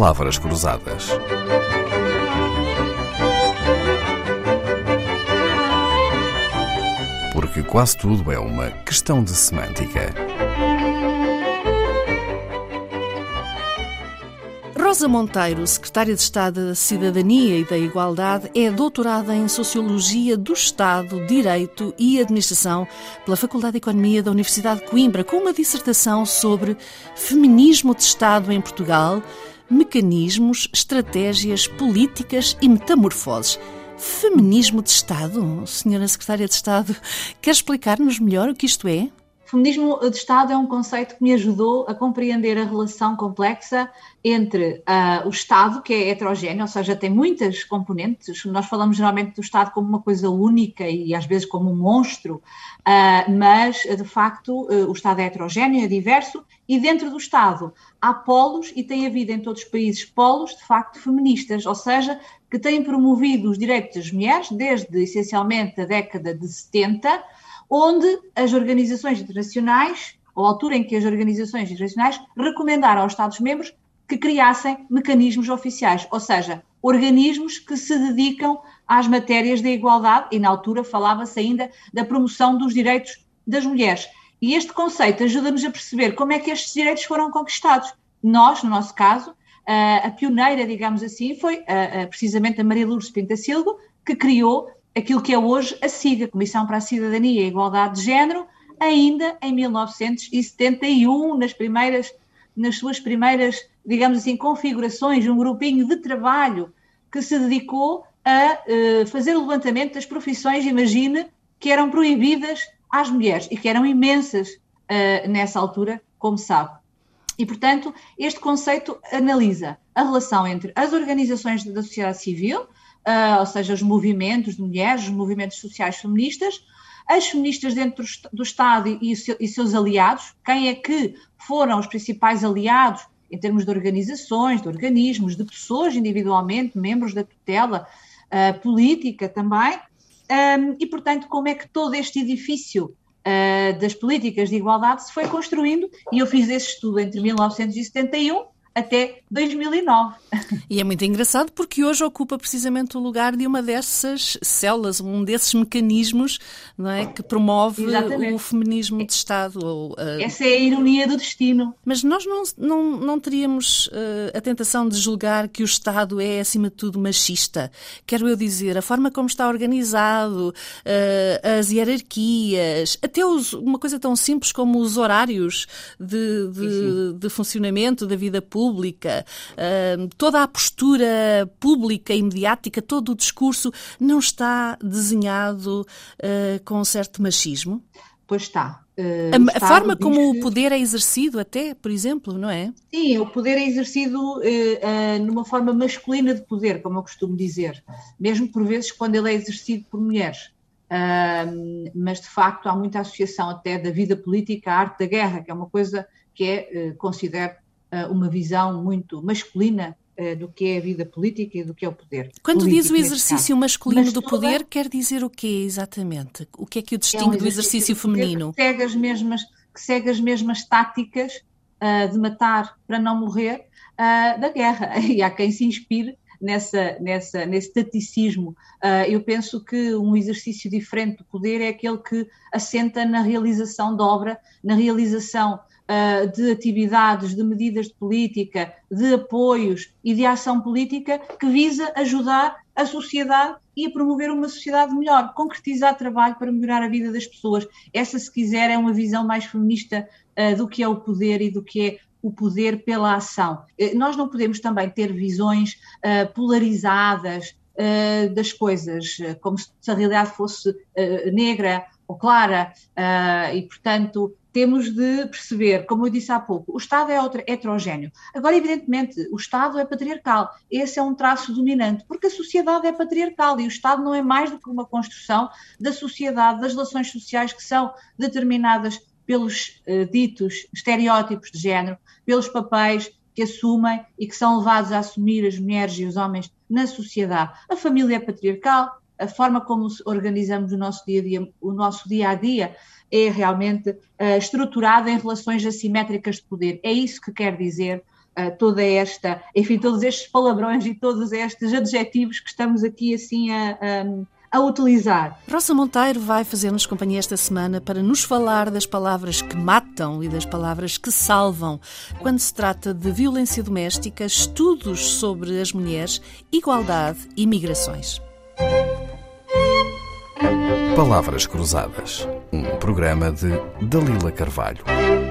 palavras cruzadas. Porque quase tudo é uma questão de semântica. Rosa Monteiro, secretária de Estado da Cidadania e da Igualdade, é doutorada em Sociologia do Estado, Direito e Administração pela Faculdade de Economia da Universidade de Coimbra, com uma dissertação sobre feminismo de Estado em Portugal, mecanismos, estratégias, políticas e metamorfoses. Feminismo de Estado? Senhora Secretária de Estado, quer explicar-nos melhor o que isto é? Feminismo de Estado é um conceito que me ajudou a compreender a relação complexa entre o Estado, que é heterogéneo, ou seja, tem muitas componentes. Nós falamos geralmente do Estado como uma coisa única e às vezes como um monstro, mas de facto o Estado é heterogéneo, é diverso, e dentro do Estado há polos, e tem havido em todos os países polos de facto feministas, ou seja, que têm promovido os direitos das mulheres desde essencialmente a década de 70, onde as organizações internacionais, ou a altura em que as organizações internacionais recomendaram aos Estados-membros que criassem mecanismos oficiais, ou seja, organismos que se dedicam às matérias da igualdade, e na altura falava-se ainda da promoção dos direitos das mulheres. E este conceito ajuda-nos a perceber como é que estes direitos foram conquistados. Nós, no nosso caso, a pioneira, digamos assim, foi precisamente a Maria Lourdes Pintacilgo, que criou aquilo que é hoje a CIG, a Comissão para a Cidadania e a Igualdade de Género, ainda em 1971, nas suas primeiras, digamos assim, configurações, um grupinho de trabalho que se dedicou a fazer o levantamento das profissões, imagine, que eram proibidas às mulheres e que eram imensas nessa altura, como sabe. E, portanto, este conceito analisa a relação entre as organizações da sociedade civil, ou seja, os movimentos de mulheres, os movimentos sociais feministas, as feministas dentro do Estado e seus aliados, quem é que foram os principais aliados em termos de organizações, de organismos, de pessoas individualmente, membros da tutela política também, e, portanto, como é que todo este edifício das políticas de igualdade se foi construindo, e eu fiz esse estudo entre 1971 até 2009. E é muito engraçado porque hoje ocupa precisamente o lugar de uma dessas células, um desses mecanismos, não é, que promove o feminismo de Estado. Essa é a ironia do destino. Mas nós não teríamos a tentação de julgar que o Estado é, acima de tudo, machista. Quero eu dizer, a forma como está organizado, as hierarquias, até uma coisa tão simples como os horários de funcionamento da vida pública, toda a postura pública e mediática, todo o discurso, não está desenhado com um certo machismo? Pois está. A forma como o poder é exercido até, por exemplo, não é? Sim, o poder é exercido numa forma masculina de poder, como eu costumo dizer, mesmo por vezes quando ele é exercido por mulheres. Mas de facto há muita associação até da vida política à arte da guerra, que é uma coisa que considero uma visão muito masculina do que é a vida política e do que é o poder. Quando diz o exercício masculino do poder, quer dizer o quê exatamente? O que é que o distingue do exercício feminino? Que segue as mesmas táticas de matar para não morrer da guerra. E há quem se inspire nesse taticismo. Eu penso que um exercício diferente do poder é aquele que assenta na realização de obra, na realização de atividades, de medidas de política, de apoios e de ação política que visa ajudar a sociedade e a promover uma sociedade melhor, concretizar trabalho para melhorar a vida das pessoas. Essa, se quiser, é uma visão mais feminista do que é o poder e do que é o poder pela ação. Nós não podemos também ter visões polarizadas das coisas, como se a realidade fosse negra ou clara, e, portanto, temos de perceber, como eu disse há pouco, o Estado é heterogéneo. Agora, evidentemente, o Estado é patriarcal. Esse é um traço dominante, porque a sociedade é patriarcal e o Estado não é mais do que uma construção da sociedade, das relações sociais que são determinadas pelos ditos estereótipos de género, pelos papéis que assumem e que são levados a assumir as mulheres e os homens na sociedade. A família é patriarcal, a forma como organizamos o nosso dia-a-dia é realmente estruturada em relações assimétricas de poder. É isso que quer dizer toda esta, enfim, todos estes palavrões e todos estes adjetivos que estamos aqui assim a utilizar. Rosa Monteiro vai fazer-nos companhia esta semana para nos falar das palavras que matam e das palavras que salvam, quando se trata de violência doméstica, estudos sobre as mulheres, igualdade e migrações. Palavras Cruzadas, um programa de Dalila Carvalho.